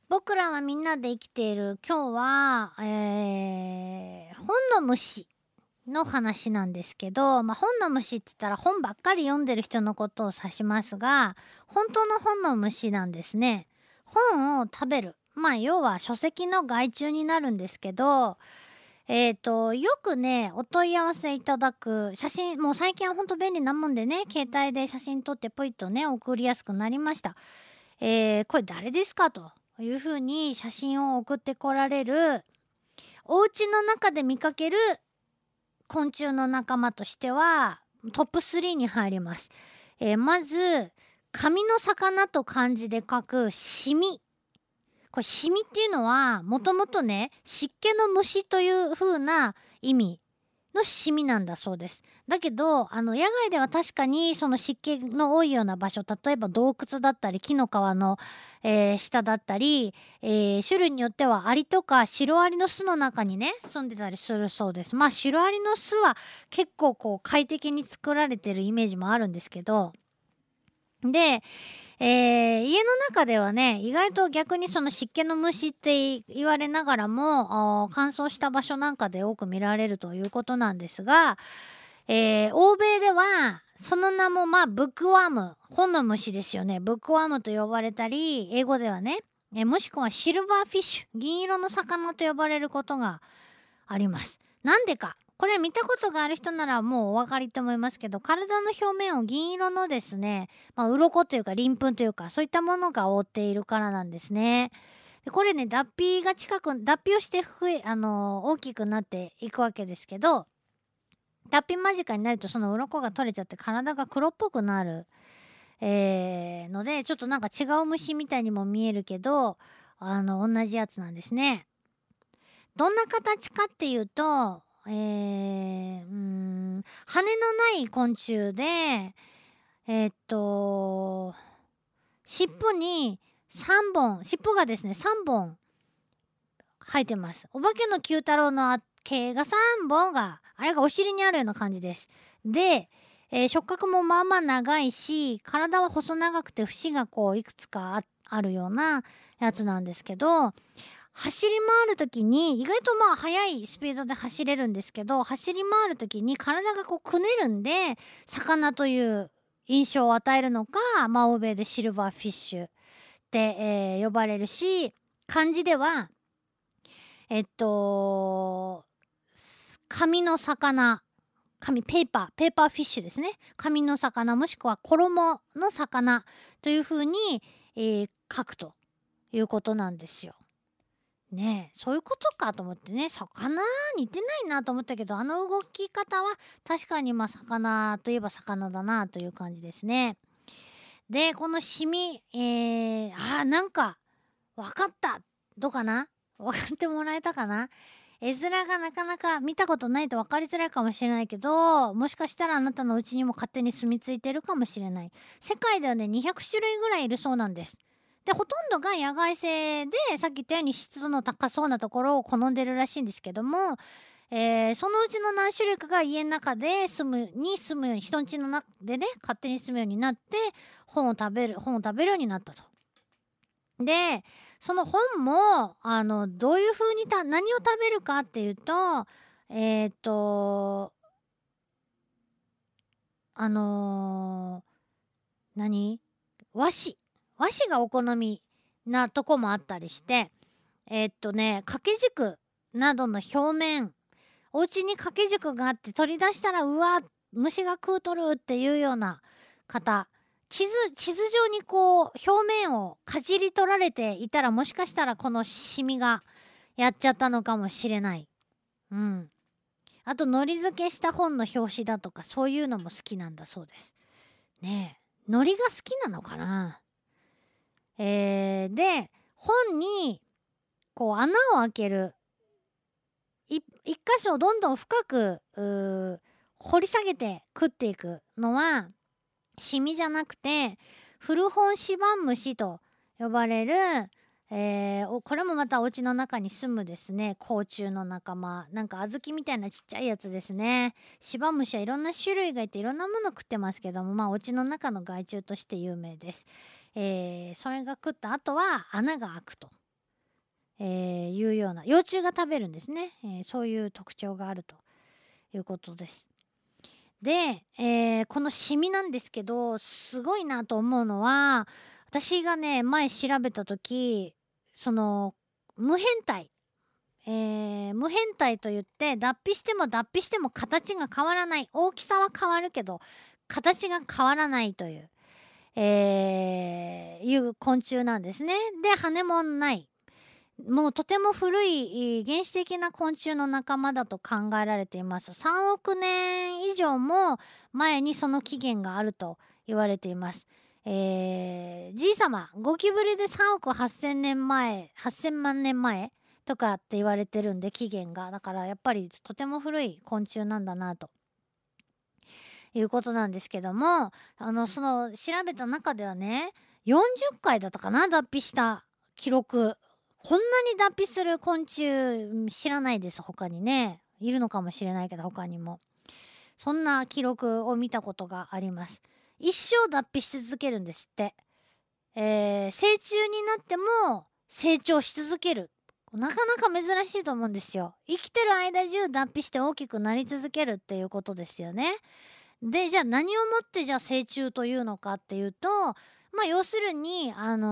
僕らはみんなで生きている今日は、本の虫の話なんですけど、本の虫って言ったら本ばっかり読んでる人のことを指しますが、本当の本の虫なんですね。本を食べる。要は書籍の害虫になるんですけど、よくね、お問い合わせいただく写真、もう最近はほんと便利なもんでね、携帯で写真撮ってポイッとね、送りやすくなりました。これ誰ですかというふうに写真を送ってこられる、お家の中で見かける昆虫の仲間としてはトップ3に入ります。まず、紙の魚と漢字で書くシミ。これシミっていうのはもともとね、湿気の虫という風な意味のシミなんだそうです。だけど野外では確かにその湿気の多いような場所、例えば洞窟だったり木の皮の、下だったり、種類によってはアリとかシロアリの巣の中にね住んでたりするそうです。シロアリの巣は結構こう快適に作られてるイメージもあるんですけど、で家の中ではね、意外と逆にその湿気の虫って言われながらも、乾燥した場所なんかで多く見られるということなんですが、欧米では、その名もブックワーム、本の虫ですよね。ブックワームと呼ばれたり、英語ではね、もしくはシルバーフィッシュ、銀色の魚と呼ばれることがあります。なんでか。これ見たことがある人ならもうお分かりと思いますけど、体の表面を銀色のですね、鱗というか鱗粉というか、そういったものが覆っているからなんですね。でこれね、脱皮をして大きくなっていくわけですけど、脱皮間近になるとその鱗が取れちゃって体が黒っぽくなる、ので、ちょっとなんか違う虫みたいにも見えるけど、同じやつなんですね。どんな形かっていうと、羽のない昆虫で、尻尾に3本、尻尾がですね、3本生えてます。お化けの九太郎の毛が3本が、あれがお尻にあるような感じです。で、触覚もまあまあ長いし、体は細長くて節がこういくつかあるようなやつなんですけど、走り回る時に意外と速いスピードで走れるんですけど、走り回る時に体がこうくねるんで魚という印象を与えるのか、欧米でシルバーフィッシュって、呼ばれるし、漢字では紙の魚、ペーパーフィッシュですね。紙の魚もしくは衣の魚というふうに、書くということなんですよ。ねえ、そういうことかと思ってね、魚似てないなと思ったけど、あの動き方は確かに魚といえば魚だなという感じですね。で、このシミ、なんかわかった。どうかなわかってもらえたかな。絵面がなかなか見たことないと分かりづらいかもしれないけど、もしかしたらあなたのうちにも勝手に住み着いてるかもしれない。世界ではね、200種類ぐらいいるそうなんです。で、ほとんどが野外性で、さっき言ったように湿度の高そうなところを好んでるらしいんですけども、そのうちの何種類かが家の中で住むように、人ん家の中でね、勝手に住むようになって、本を食べるようになったと。で、その本も、どういう風に何を食べるかっていうと、えっと、あの、何和紙。和紙がお好みなとこもあったりして、掛け軸などの表面、お家に掛け軸があって取り出したら、うわ、虫が食うとるっていうような方、地図上にこう表面をかじり取られていたら、もしかしたらこのシミがやっちゃったのかもしれない。うん。あと、のり付けした本の表紙だとか、そういうのも好きなんだそうです。ねえ。のりが好きなのかな。で、本にこう穴を開ける。一箇所をどんどん深く掘り下げて食っていくのはシミじゃなくて、古本シバンムシと呼ばれる、これもまたお家の中に住むですね、甲虫の仲間。なんか小豆みたいなちっちゃいやつですね。シバンムシはいろんな種類がいていろんなもの食ってますけども、お家の中の害虫として有名です。それが食った後は穴が開くというような、幼虫が食べるんですね。そういう特徴があるということです。で、このシミなんですけど、すごいなと思うのは、私がね、前調べた時、その、無変態。無変態といって脱皮しても脱皮しても形が変わらない、大きさは変わるけど形が変わらないという、いう昆虫なんですね。で羽もない、もうとても古い原始的な昆虫の仲間だと考えられています。3億年以上も前にその起源があると言われています。じいさまゴキブリで3億8,000年前8,000万年前とかって言われてるんで、起源がだからやっぱりとても古い昆虫なんだなということなんですけども、その調べた中ではね、40回だったかな、脱皮した記録。こんなに脱皮する昆虫知らないです。他にねいるのかもしれないけど、他にもそんな記録を見たことがあります。一生脱皮し続けるんですって。成虫になっても成長し続ける。なかなか珍しいと思うんですよ。生きてる間中脱皮して大きくなり続けるっていうことですよね。で、じゃあ何をもってじゃあ成虫というのかっていうと、まあ要するに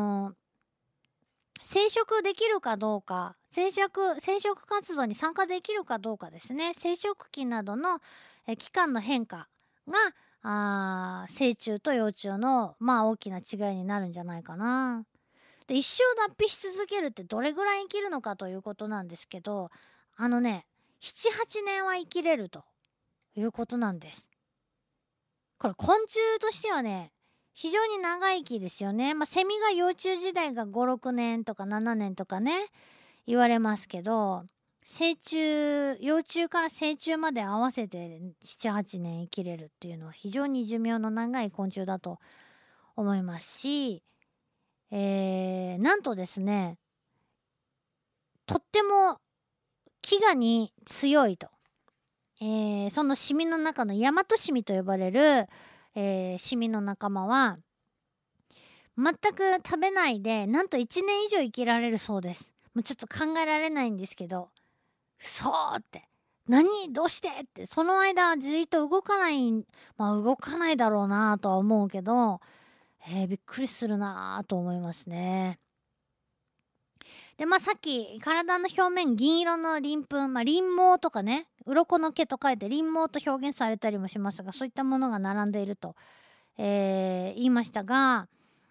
生殖できるかどうか、生殖活動に参加できるかどうかですね。生殖期などの期間の変化が成虫と幼虫のまあ大きな違いになるんじゃないかな。で、一生脱皮し続けるってどれぐらい生きるのかということなんですけど、7、8年は生きれるということなんです。これ昆虫としてはね、非常に長生きですよね。まあ、セミが幼虫時代が5、6年とか7年とかね、言われますけど、幼虫から成虫まで合わせて7、8年生きれるっていうのは非常に寿命の長い昆虫だと思いますし、なんとですね、とっても飢餓に強いと。そのシミの中のヤマトシミと呼ばれる、シミの仲間は全く食べないでなんと1年以上生きられるそうです。もうちょっと考えられないんですけど、そうって何どうしてってその間じっと動かない、まあ動かないだろうなとは思うけど、びっくりするなと思いますね。で、まあさっき体の表面銀色の鱗粉、まあ鱗毛とかね、鱗の毛と書いて鱗毛と表現されたりもしますが、そういったものが並んでいると、言いましたが、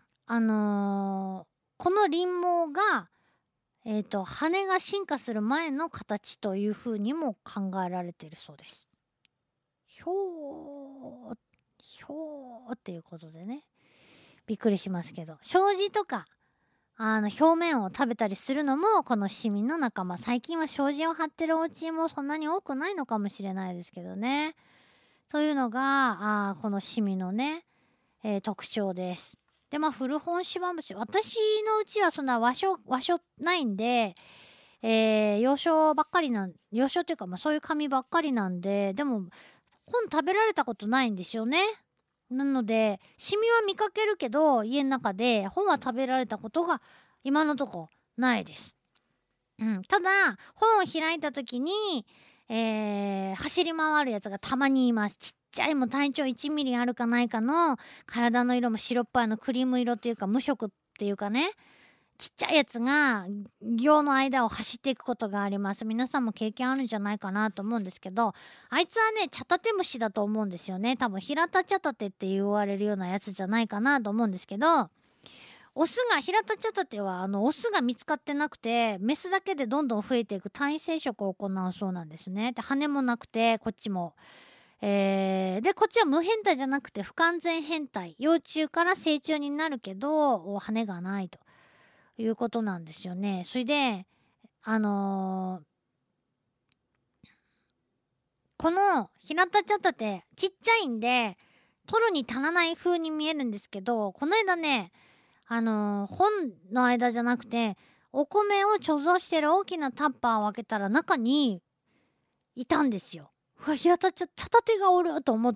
この鱗毛が、羽が進化する前の形というふうにも考えられているそうです。ひょー、ひょーっていうことでね、びっくりしますけど、障子とか表面を食べたりするのもこのシミの仲間。最近は障子を張ってるお家もそんなに多くないのかもしれないですけどね。そういうのがこのシミのね、特徴です。でまあ古本芝虫、私のうちはそんな和書ないんで、洋書ばっかり洋書っていうか、まあ、そういう紙ばっかりなんで、でも本食べられたことないんですよね。なのでシミは見かけるけど家の中で本は食べられたことが今のとこないです。ただ本を開いた時に、走り回るやつがたまにいます。ちっちゃい、もう体長1ミリあるかないかの、体の色も白っぽいクリーム色というか無色っていうかね、ちっちゃいやつが行の間を走っていくことがあります。皆さんも経験あるんじゃないかなと思うんですけど、あいつはね、チャタテムシだと思うんですよね。多分ヒラタチャタテって言われるようなやつじゃないかなと思うんですけど、ヒラタチャタテはオスが見つかってなくて、メスだけでどんどん増えていく単位生殖を行うそうなんですね。で、羽もなくて、こっちも。で、こっちは無変態じゃなくて不完全変態。幼虫から成虫になるけど、羽がないということなんですよね。それで、このヒラタチャタテ、ちっちゃいんで、取るに足らない風に見えるんですけど、この間ね、本の間じゃなくて、お米を貯蔵してる大きなタッパーを開けたら中にいたんですよ。うわ、平田茶タテがおると思って、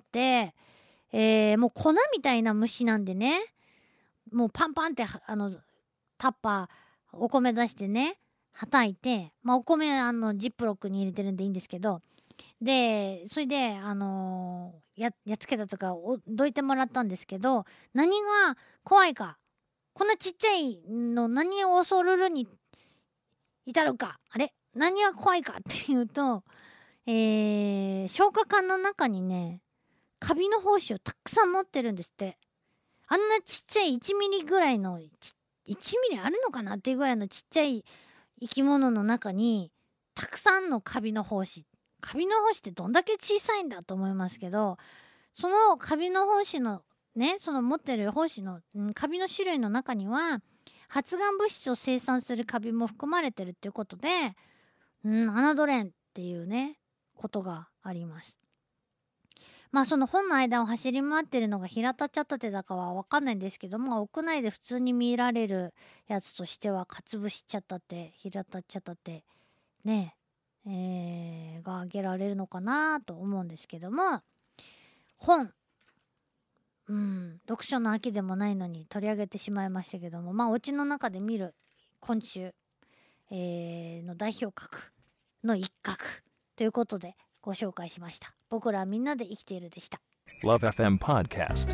もう粉みたいな虫なんでね、もうパンパンってタッパーお米出してね、 はたいて、お米ジップロックに入れてるんでいいんですけど、でそれでやっつけたとかどいてもらったんですけど、何が怖いか、こんなちっちゃいの何を恐るるに至るか、あれ何が怖いかっていうと、消化管の中にねカビの胞子をたくさん持ってるんですって。あんなちっちゃい1ミリぐらいの1ミリあるのかなっていうぐらいのちっちゃい生き物の中にたくさんのカビの胞子ってどんだけ小さいんだと思いますけど、そのカビの胞子のね、その持ってる胞子の、カビの種類の中には発がん物質を生産するカビも含まれてるっていうことで、侮れんっていうねことがあります。その本の間を走り回ってるのが平田茶立だかは分かんないんですけども、屋内で普通に見られるやつとしてはかつぶし茶立、平田茶立ねが挙げられるのかなと思うんですけども、本読書の秋でもないのに取り上げてしまいましたけども、お家の中で見る昆虫、の代表格の一角ということでご紹介しました。僕らはみんなで生きているでした。 LoveFM Podcast。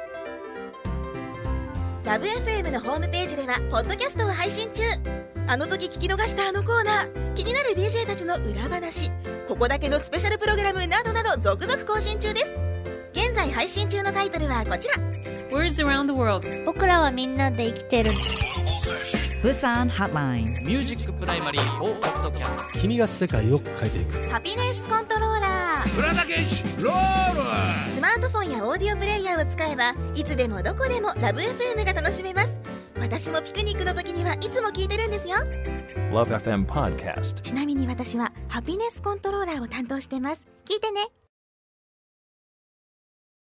LoveFM のホームページではポッドキャストを配信中。あの時聞き逃したあのコーナー、気になる DJ たちの裏話、ここだけのスペシャルプログラムなどなど続々更新中です。現在配信中のタイトルはこちら。 Words around the world。 僕らはみんなで生きてる。 Busan Hotline。 ミュージックプライマリー4ポッドキャスト。 君が世界を変えていく。 ハピネスコントローラー。 浦田健士ロール。 スマートフォンやオーディオプレイヤーを使えばいつでもどこでもラブ FM が楽しめます。私もピクニックの時にはいつも聞いてるんですよ。 LoveFM Podcast。 ちなみに私はハピネスコントローラーを担当してます。聞いてね。